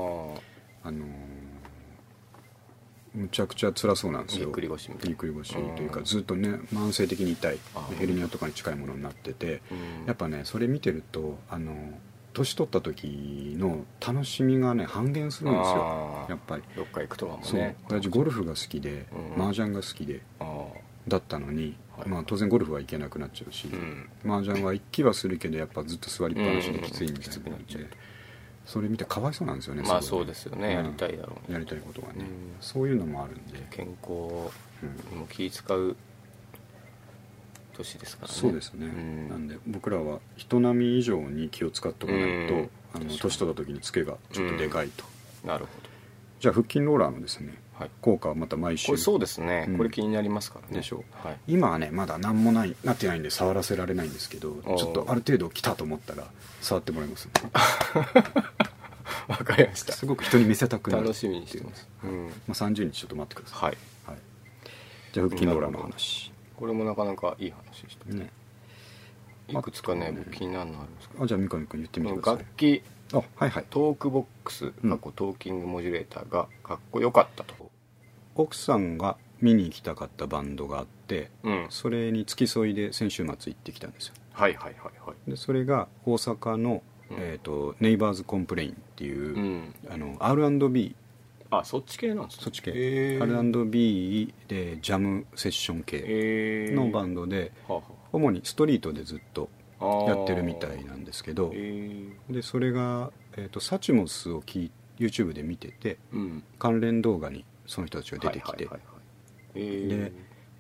むちゃくちゃ辛そうなんですよ。 ぎっくり腰みたいな。 ぎっくり腰というかずっとね慢性的に痛いヘルニアとかに近いものになってて、やっぱねそれ見てると年取った時の楽しみがね半減するんですよ。やっぱりどっか行くとかもね。 そう親父ゴルフが好きで麻雀が好きでだったのに、まあ、当然ゴルフは行けなくなっちゃうし、麻雀は行きはするけどやっぱずっと座りっぱなしできついみたいなので、それ見てかわいそうなんですよね。 まあそうですよね、やりたいだろうね、 やりたいことがね、そういうのもあるんで健康にも気使う年ですからね。 そうですね、なんで僕らは人並み以上に気を使っておかないと年取った時にツケがちょっとでかいと。 なるほど。 じゃあ腹筋ローラーのですね、効果はまた毎週。 これそうですね、これ気になりますからね。 でしょう、今はねまだ何もなってないんで触らせられないんですけど、ちょっとある程度来たと思ったら触ってもらいますね。 わかりました。 すごく人に見せたくなる。 楽しみにしてます。 まあ30日ちょっと待ってください。 はい、 じゃあ腹筋ローラーの話、 これもなかなかいい話でしたね。いくつかね僕気になるのあるんですか。 じゃあ三上君言ってみてください。 楽器トークボックストーキングモジュレーターがかっこよかったと。 奥さんが見に行きたかったバンドがあって、それに付き添いで先週末行ってきたんですよ。でそれが大阪の、ネイバーズコンプレインっていう、R&B。 そっち系なんですね。 そっち系、R&B でジャムセッション系のバンドで、主にストリートでずっとやってるみたいなんですけど、でそれが、サチモスをYouTube で見てて、関連動画にその人たちが出てきて、で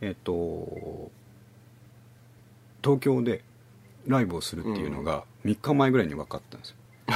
東京でライブをするっていうのが3日前ぐらいに分かったんですよ。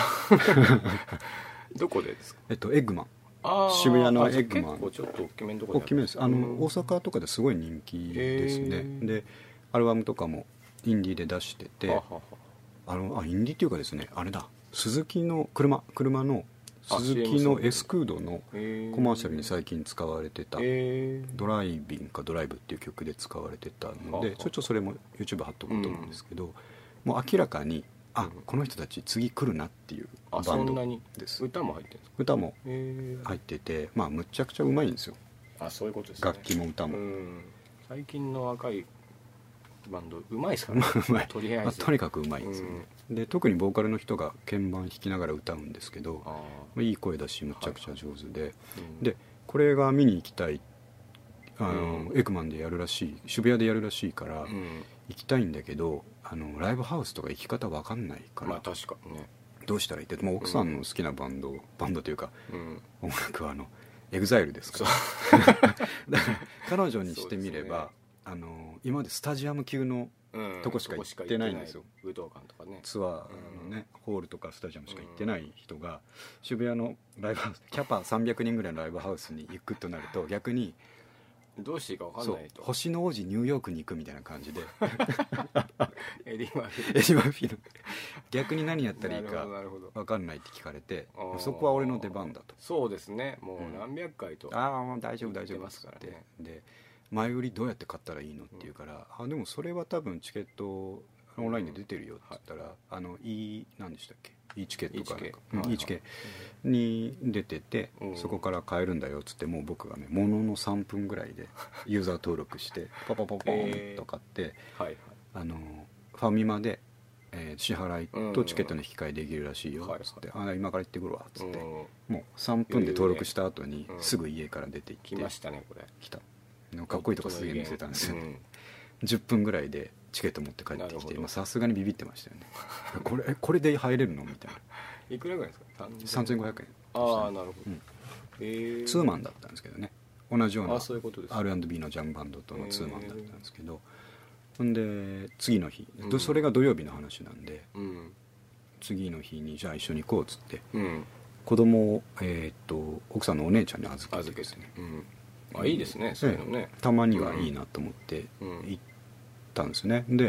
どこでですか。 エッグマン、渋谷のエッグマン。 結構ちょっと大きめのところで大きめです。大阪とかですごい人気ですね。でアルバムとかもインディーで出してて、インディーっていうかですね、あれだ、鈴木の車の鈴木のエスクードのコマーシャルに最近使われてたドライビンかドライブっていう曲で使われてたので、ちょっとそれも YouTube 貼っとこうと思うんですけど、もう明らかにこの人たち次来るなっていうバンドです。 歌も入ってるんですか。 歌も入ってて、まあむちゃくちゃうまいんですよ。 そういうことですね。 楽器も歌も。 最近の若いバンドうまいですからね。とりあえずとにかくうまいんですよね。で特にボーカルの人が鍵盤弾きながら歌うんですけど、いい声だしむちゃくちゃ上手で、でこれが見に行きたい、エッグマンでやるらしい、渋谷でやるらしいから、行きたいんだけどライブハウスとか行き方わかんないから、 確かにね、 どうしたらいいって、もう奥さんの好きなバンドというか、音楽はEXILEですからだから彼女にしてみれば、今までスタジアム級のとこしか行ってないんですよ。 武道館とかね、 ツアーのね、ホールとかスタジアムしか行ってない人が渋谷のライブハウス、キャパ300人ぐらいのライブハウスに行くとなると、逆にどうしていいか分かんないと。 星の王子ニューヨークに行くみたいな感じでエディ・マーフィーエディ・マーフィーの逆に何やったらいいか分かんないって聞かれて、そこは俺の出番だと。 そうですね、もう何百回と、 ああ大丈夫大丈夫ますからね。で前売りどうやって買ったらいいのって言うから、あでもそれは多分チケットオンラインで出てるよって言ったら、何でしたっけ、Eチケットかなんか Eチケに出てて、そこから買えるんだよっつって、もう僕がねものの3分ぐらいでユーザー登録してパパパパンと買って、 はいはい、 ファミマで、支払いとチケットの引き換えできるらしいよっつって、今から行ってくるわっつって、もう3分で登録した後にすぐ家から出て行って、 来ましたねこれ。 来たかっこいいとこすげえ見せたんですよ、10分ぐらいでチケット持って帰ってきて、さすがにビビってましたよねこれで入れるのみたいな。 いくらぐらいですか ？3500円。 ああなるほど、 ツーマンだったんですけどね、同じような R&B のジャムバンドとのツーマンだったんですけど、ほんで次の日、それが土曜日の話なんで、次の日にじゃあ一緒に行こうっつって、子供を、奥さんのお姉ちゃんに預けてですね、 いいですねそういうのね、 たまにはいいなと思って行ったんですね。で、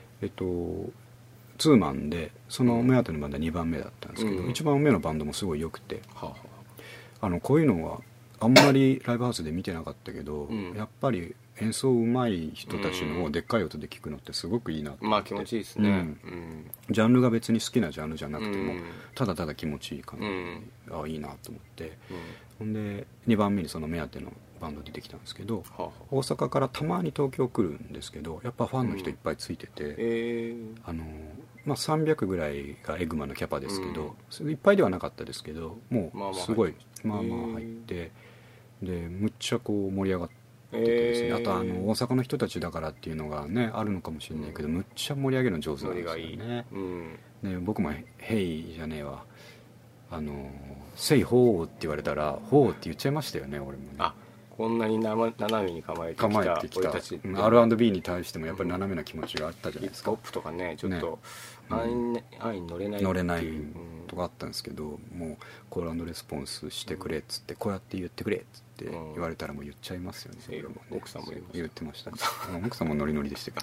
ツーマンでその目当てのバンドは2番目だったんですけど、1番目のバンドもすごい良くて、こういうのはあんまりライブハウスで見てなかったけど、やっぱり演奏うまい人たちのでっかい音で聴くのってすごくいいなってまあ気持ちいいですね、 ジャンルが別に好きなジャンルじゃなくても、ただただ気持ちいい感じで、いいなと思って、ほんで2番目にその目当てのバンド出てきたんですけど、大阪からたまに東京来るんですけど、やっぱファンの人いっぱいついてて、300ぐらいがエグマのキャパですけど、いっぱいではなかったですけど、もうすごいまあまあ入って、でむっちゃこう盛り上がってですね、あと大阪の人たちだからっていうのがねあるのかもしれないけど、むっちゃ盛り上げるの上手なんですよね。で僕も「ヘイ」じゃねえわ、セイホーって言われたらホーって言っちゃいましたよね、俺もね。 こんなに斜めに構えてきた俺たちって R&B に対してもやっぱり斜めな気持ちがあったじゃないですか。 ヒップホップとかねちょっと安易に乗れないとかあったんですけど、もうコール&レスポンスしてくれっつって、こうやって言ってくれっつって言われたらもう言っちゃいますよね。 奥さんも言ってましたね奥さんもノリノリでした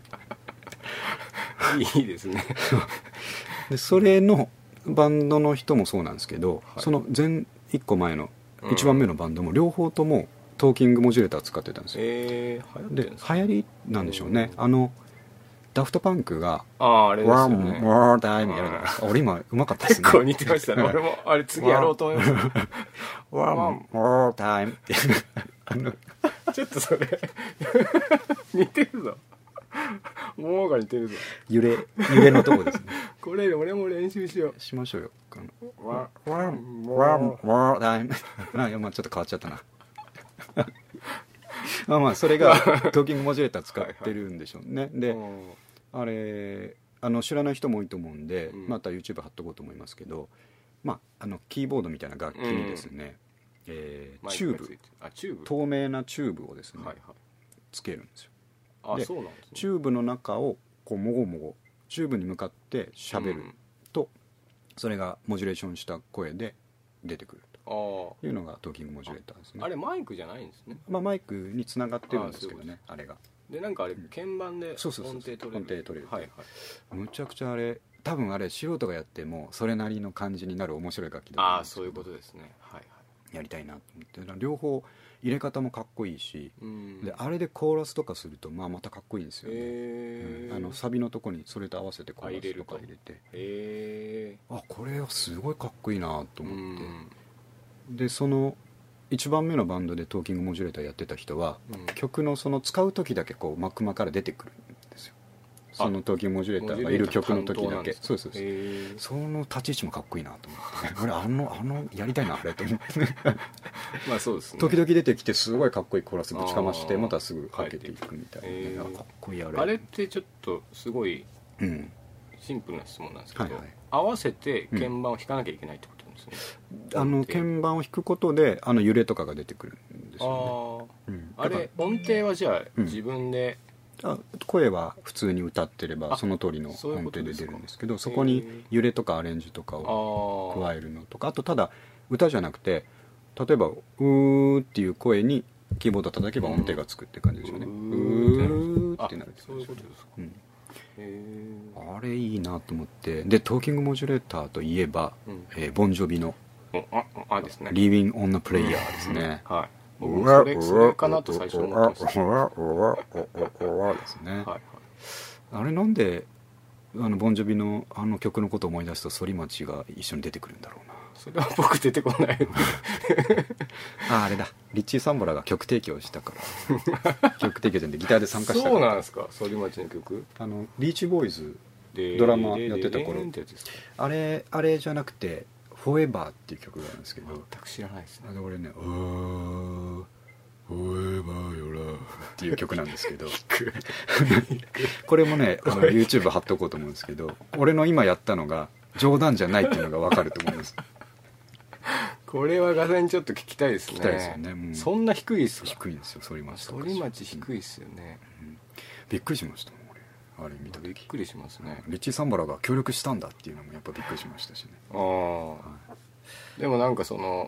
からいいですねでそれのバンドの人もそうなんですけど、その1個前の1番目のバンドも両方ともトーキングモジュレーター使ってたんですよ。で流行りなんでしょうね。ダフトパンクがあれですよね、 ワンタイムやるじゃないですか。俺今うまかったですね。 結構似てましたね俺もあれ次やろうと思いましたワンモータイムってちょっとそれ似てるぞもうが似てるぞ。 揺れのとこですねこれ俺も練習しましょうよ。ワンモータイムまあちょっと変わっちゃったなまあそれがトーキングモジュレーター使ってるんでしょうね。であれ知らない人も多いと思うんで、また YouTube 貼っとこうと思いますけど、キーボードみたいな楽器にですね、チューブ透明なチューブをですね、つけるんですよ。でそうなんですね。 チューブの中をこうもごもごチューブに向かって喋ると、それがモジュレーションした声で出てくるというのがトーキングモジュレーターですね。 あれマイクじゃないんですね。 マイクにつながってるんですけどね、あれが。 でなんかあれ鍵盤で音程取れる。 むちゃくちゃあれ多分あれ素人がやってもそれなりの感じになる面白い楽器だと思うんですけど。 そういうことですね。 やりたいなと思って、両方入れ方もかっこいいし、であれでコーラスとかするとまたかっこいいんですよね。サビのとこにそれと合わせてコーラスとか入れて、これはすごいかっこいいなと思って、でその1番目のバンドでトーキングモジュレーターやってた人は、曲のその使う時だけこう幕間から出てくるんですよ。そのトーキングモジュレーターがいる曲の時だけ。そうです。その立ち位置もかっこいいなと思って俺やりたいなあれと思ってそうですね。 時々出てきてすごいかっこいいコーラスぶちかましてまたすぐかけていくみたいな、かっこいいあれってちょっとすごいシンプルな質問なんですけど、合わせて鍵盤を弾かなきゃいけないってことなんですね。 鍵盤を弾くことで揺れとかが出てくるんですよね。 あれ音程はじゃあ自分で、 声は普通に歌ってればその通りの音程で出るんですけど、そこに揺れとかアレンジとかを加えるのとか、あとただ歌じゃなくて例えばうーっていう声にキーボード叩けば音程がつくって感じですよね。うーってなる。 そういうことですか。 あれいいなと思って。でトーキングモジュレーターといえば、ボンジョビのですね、 リービングオンナプレイヤーですね。 はい。それかなと最初思ってました。 ですね。あれなんでボンジョビの曲のことを思い出すと反町が一緒に出てくるんだろうな。 それは僕出てこないあれだ、リッチー・サンボラが曲提供したから曲提供じゃなくてギターで参加したから。 そうなんですか。反町の曲、 リーチボーイズドラマやってた頃、あれじゃなくてフォーエバーっていう曲があるんですけど、 全く知らないですね。 俺ね、フォーエバーよらっていう曲なんですけどこれもねYouTube 貼っとこうと思うんですけど、俺の今やったのが冗談じゃないっていうのが分かると思いますこれはガサにちょっと聞きたいですね。 聞きたいですよね。 そんな低いっすか。 低いんですよ、反町。 反町低いっすよね。 びっくりしましたもん俺、あれ見た時。 びっくりしますね。 リッチー・サンバラが協力したんだっていうのもやっぱびっくりしましたしね。 でもなんか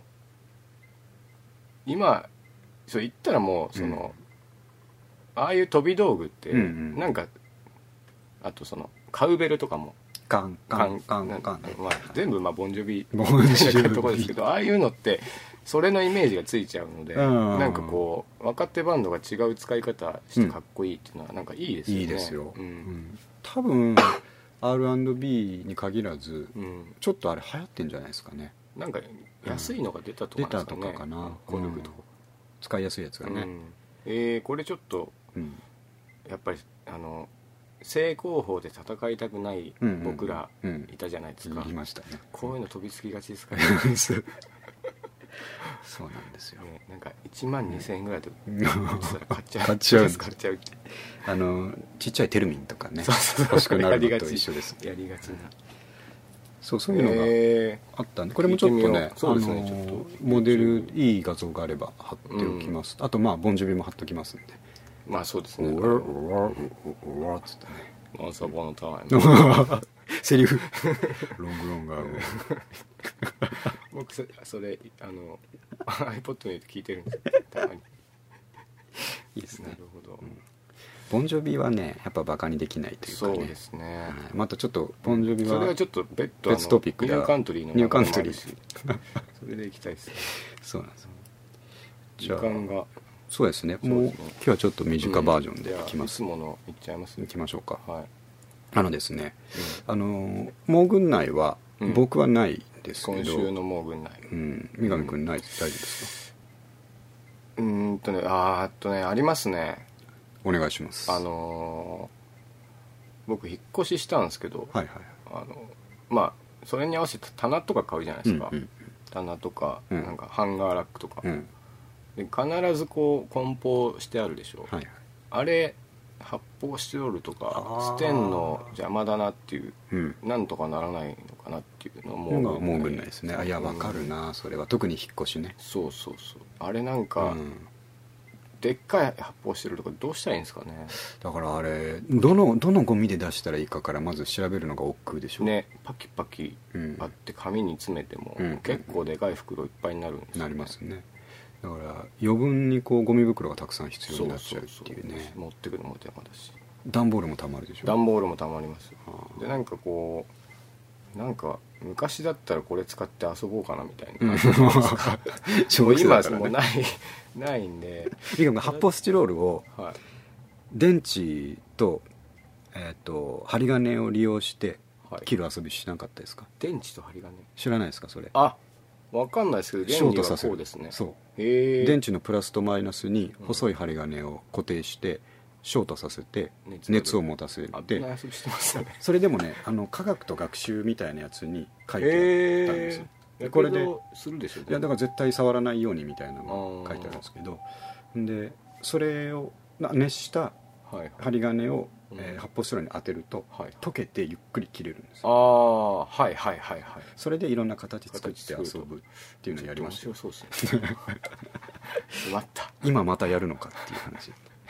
今そう言ったらもうああいう飛び道具ってなんか、あとカウベルとかもカンカンカンカン、 全部ボンジョビのところですけど、ああいうのってそれのイメージがついちゃうので、なんかこう若手バンドが違う使い方してかっこいいっていうのはなんかいいですよね。 いいですよ。多分 R&B に限らずちょっとあれ流行ってんじゃないですかね。 なんか安いのが出たとかですかね。 出たとかかな。使いやすいやつがね。 これちょっとやっぱり正攻法で戦いたくない僕らいたじゃないですか。 いましたね。 こういうの飛びつきがちですからね。 そうなんですよ。 なんか1万2000円ぐらいで買っちゃうちっちゃいテルミンとかね、欲しくなるのと一緒です。 やりがちな。 そういうのがあったんで、これもちょっとね、モデルいい画像があれば貼っておきます。あとボンジョビも貼っときますんで。 まあそうですね。 うわっつったね。 ワンサポのタイム。 セリフ。ロングロンガーを。 僕それiPod に聞いてるんですよ。たまに。 いいですね。 なるほど。 ボンジョビはねやっぱバカにできないというかね。 そうですね。 またちょっとボンジョビはそれはちょっと別トピックでニューカントリーのニューカントリーそれで行きたいですね。 そうなんです。 時間がそうですね。もう今日はちょっと短バージョンでいきます。 いつものいっちゃいます。 いきましょうか。 はい。 ですね、モーグン内は僕はないですけど、 今週のモーグン内、 三上君ない、大丈夫ですか？ありますね。 お願いします。 僕引っ越ししたんですけど、それに合わせて棚とか買うじゃないですか。棚とかなんかハンガーラックとか、で必ずこう梱包してあるでしょ。あれ発泡スチロールとか捨てんの邪魔だなっていう、なんとかならないのかなっていうのももうぐんないですね。いや分かるな、それは特に引っ越しね。 そうあれなんか、でっかい発泡スチロールとかどうしたらいいんですかね。 だからあれどのゴミで出したらいいかからまず調べるのが億劫でしょね。 パキパキあって紙に詰めても、結構でかい袋いっぱいになるんですよね。 なりますね。だから余分にこうゴミ袋がたくさん必要になっちゃうっていうね。 持ってくるのも手間だし、 段ボールもたまるでしょ。 段ボールもたまります。でなんかこうなんか昔だったらこれ使って遊ぼうかなみたいな今はもうないんで、 発泡スチロールを電池と針金を利用して切る遊びしなかったですか？ 電池と針金知らないですか？それ分かんないですけど、原理はこうですね。 そう、電池のプラスとマイナスに細い針金を固定してショートさせて熱を持たせて、それでもね科学と学習みたいなやつに書いてあったんですよ。これでするでしょ。いやだから絶対触らないようにみたいなのが書いてあるんですけど、でそれを熱した針金を発泡スチロールに当てると溶けてゆっくり切れるんですよ。それでいろんな形作って遊ぶっていうのをやりましたよ。今またやるのかっていう話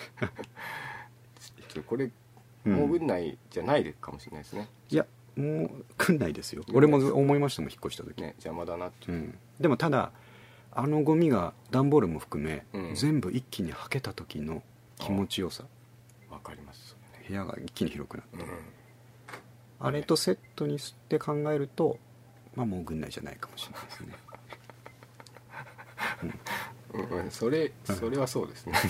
これもう軍内じゃないかもしれないですね。 いやもう軍内ですよ。俺も思いましたもん、引っ越した時。 邪魔だなって。 でもただあのゴミが段ボールも含め、 うん、 全部一気にはけた時の気持ちよさ。 わかります、 ね、部屋が一気に広くなって、 うん、 あれとセットにして考えると、まあもう軍内じゃないかもしれないですね。 うんうん、それはそうですね。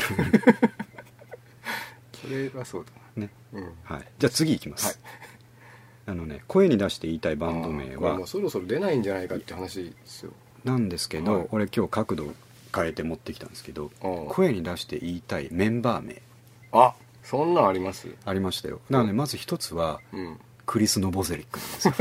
それはそうだね、 うん、 はい、じゃあ次いきます、はい、声に出して言いたいバンド名はもうそろそろ出ないんじゃないかって話ですよ。 なんですけど、はい、俺今日角度変えて持ってきたんですけど、声に出して言いたいメンバー名、 あ、そんなんあります？ ありましたよ。なのでまず一つは、うん、クリス・ノボゼリックなんですよ。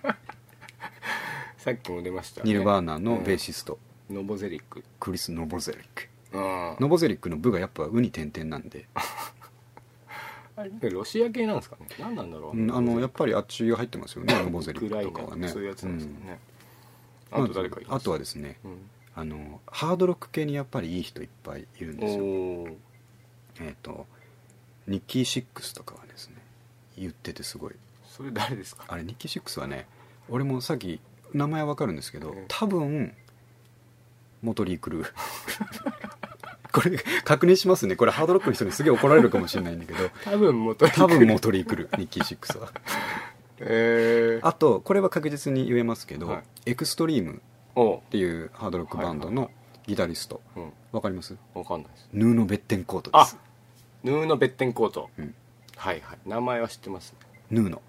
さっきも出ました、ね、 ニルバーナのベーシスト、 うん、ノボゼリック、 クリス・ノボゼリック。ノボゼリックの部がやっぱウニ点々なんであれロシア系なんですかね。何なんだろう。 やっぱりあっちが入ってますよね。ノボゼリックとかはね。 そういうやつなんですよね、 うん、あと誰かいます？あとはですね、うん、ハードロック系にやっぱりいい人いっぱいいるんですよ。ニッキーシックスとかはですね言っててすごい。 それ誰ですか？ あれニッキーシックスはね、俺もさっき名前は分かるんですけど、多分モトリー・クルーこれ確認しますね。これハードロックの人にすげえ怒られるかもしれないんだけど多分モトリー・クルーニッキーシックスはあとこれは確実に言えますけど、はい、エクストリームっていうハードロックバンドのギタリスト、はいはいはい、分かります？ 分かんないです。 ヌーノ・ベッテンコートです。 ヌーノ・ベッテンコート、 うん、 はいはい、名前は知ってます、ね、 ヌーノ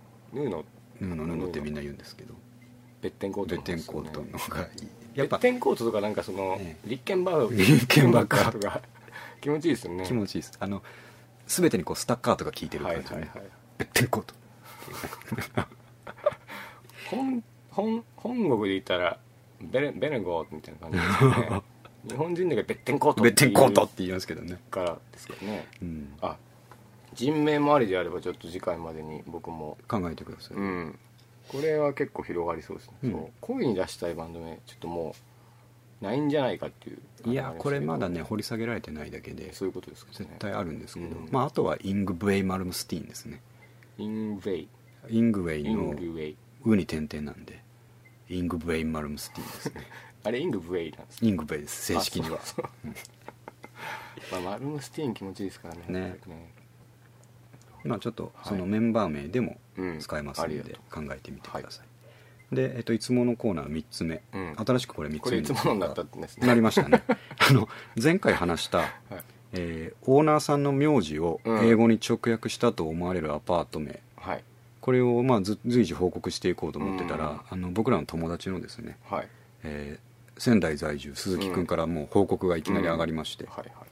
ってみんな言うんですけど、 ベッテンコートの、 ベッテンコートのがいい。 ベッテンコートとかなんかその、リッケンバーガーとか気持ちいいですよね。 気持ちいいです。全てにこうスタッカーとか効いてる感じ、ね、はいはいはい、ベッテンコート本国で言ったらベネゴーみたいな感じですね。日本人でベッテンコートって言いますけどね。 からですけどね、 うん、 人名もありであればちょっと次回までに僕も考えてください、 うん、これは結構広がりそうですね、うん、そう声に出したいバンド名ちょっともうないんじゃないかっていう。 いやこれまだね掘り下げられてないだけで、 そういうことですかね、 絶対あるんですけど、 うん、 まあ、あとはイングブェイ・マルムスティーンですね。 イングウェイのウに点々なんでイングブェイ・マルムスティーンですねあれイングブェイなんですか？ イングブェイです、正式には。 そうまあ、マルムスティーン気持ちいいですからね。 まあちょっとそのメンバー名でも使えますので考えてみてください、で、いつものコーナー3つ目、うん、新しくこれ3つ目これいつものになったんですね。 なりましたね前回話した、はい、オーナーさんの名字を英語に直訳したと思われるアパート名、 はい、 これをまあ随時報告していこうと思ってたら、僕らの友達のですね、 はい、 仙台在住鈴木くんからもう報告がいきなり上がりまして、 はいはい、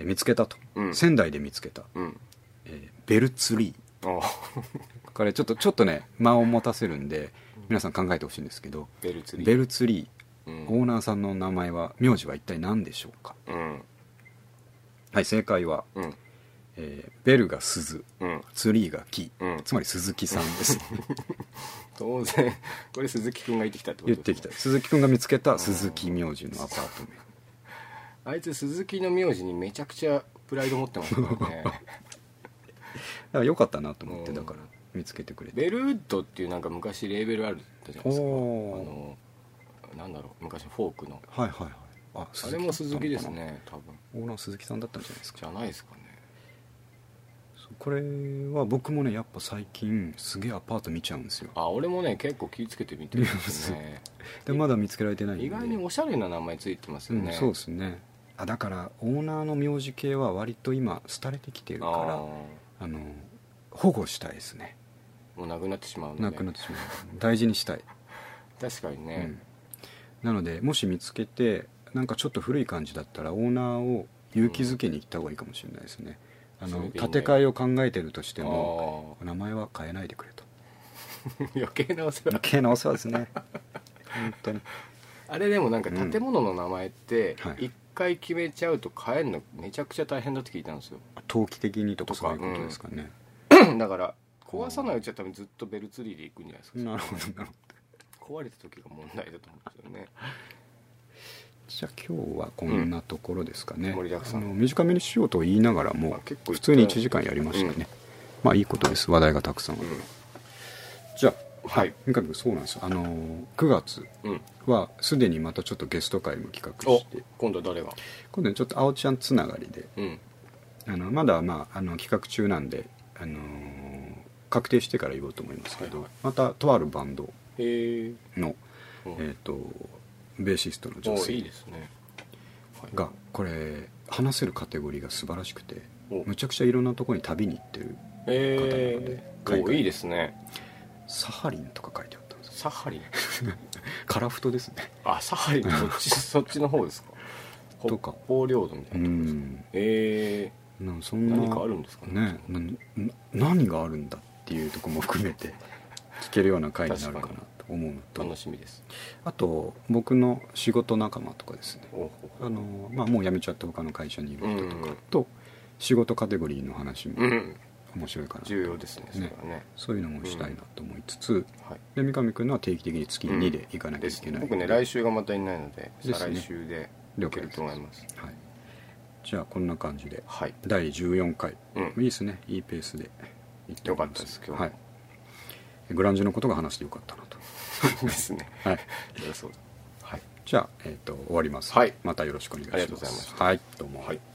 見つけたと、仙台で見つけた、ベルツリーこれちょっとね間を持たせるんで皆さん考えてほしいんですけど、 ベルツリー、オーナーさんの名前は名字は一体何でしょうか、はい、正解は、ベルが鈴、ツリーが木、つまり鈴木さんです当然これ鈴木くんが言ってきたってことですね。 言ってきた鈴木くんが見つけた鈴木名字のアパート名。 あいつ鈴木の名字にめちゃくちゃプライド持ってますからねだからよかったなと思って、だから見つけてくれて。 ベルウッドっていうなんか昔レーベルあるじゃないですか。なんだろう、昔フォークの、 はいはいはい、 あれも鈴木ですね多分。 オーナー鈴木さんだったんじゃないですか。 じゃないですかね。 これは僕もねやっぱ最近すげえアパート見ちゃうんですよ。 俺もね結構気をつけて見てるんですねでまだ見つけられてないんで。 意外におしゃれな名前ついてますよね、 そうですね。だからオーナーの名字系は割と今廃れてきてるから保護したいですね。 もうなくなってしまうので。 なくなってしまう大事にしたい確かにね、 なのでもし見つけてなんかちょっと古い感じだったらオーナーを勇気づけに行った方がいいかもしれないですね。建て替えを考えてるとしても名前は変えないでくれと余計なお世話ですね本当に。 あれでもなんか建物の名前って一回決めちゃうと変えるのめちゃくちゃ大変だって聞いたんですよ。 投機的にとかそういうことですかね、 だから壊さないうちは多分ずっとベルツリーで行くんじゃないですか。 なるほどなるほど。 壊れた時が問題だと思うんですよね。 じゃあ今日はこんなところですかね、 盛りだくさん。 短めにしようと言いながらも普通に1時間やりましたね、まあいいことです。話題がたくさんある、じゃあはい、 三上君そうなんですよ。9月はすでにまたちょっとゲスト会も企画して、 今度は誰が？ 今度はちょっと青ちゃんつながりで、まだ企画中なんで、確定してから言おうと思いますけど、またとあるバンドの、ベーシストの女性いいですね、 がこれ話せるカテゴリーが素晴らしくて、むちゃくちゃいろんなところに旅に行ってる方なので、 いいですね。 サハリンとか書いてあったんです。 サハリンカラフトですね。 サハリンそっちの方ですか？ とか北方領土みたいなとこですか？そんな何かあるんですかね。 何があるんだっていうところも含めて聞けるような回になるかなと思うのと、 楽しみです。 あと僕の仕事仲間とかですね、もう辞めちゃった他の会社にいる人とかと仕事カテゴリーの話も面白いかな、 重要ですね、それはね。 そういうのもしたいなと思いつつ、で三上君のは定期的に月2で行かなきゃいけない、 僕ね来週がまたいないので、再来週で行けると思います。 じゃあこんな感じで、第14回、いいですね、いいペースで行っております。 よかったです今日は。 グランジのことが話してよかったなとですね。そうだ。 じゃあ終わります。またよろしくお願いします。 ありがとうございました。 どうも。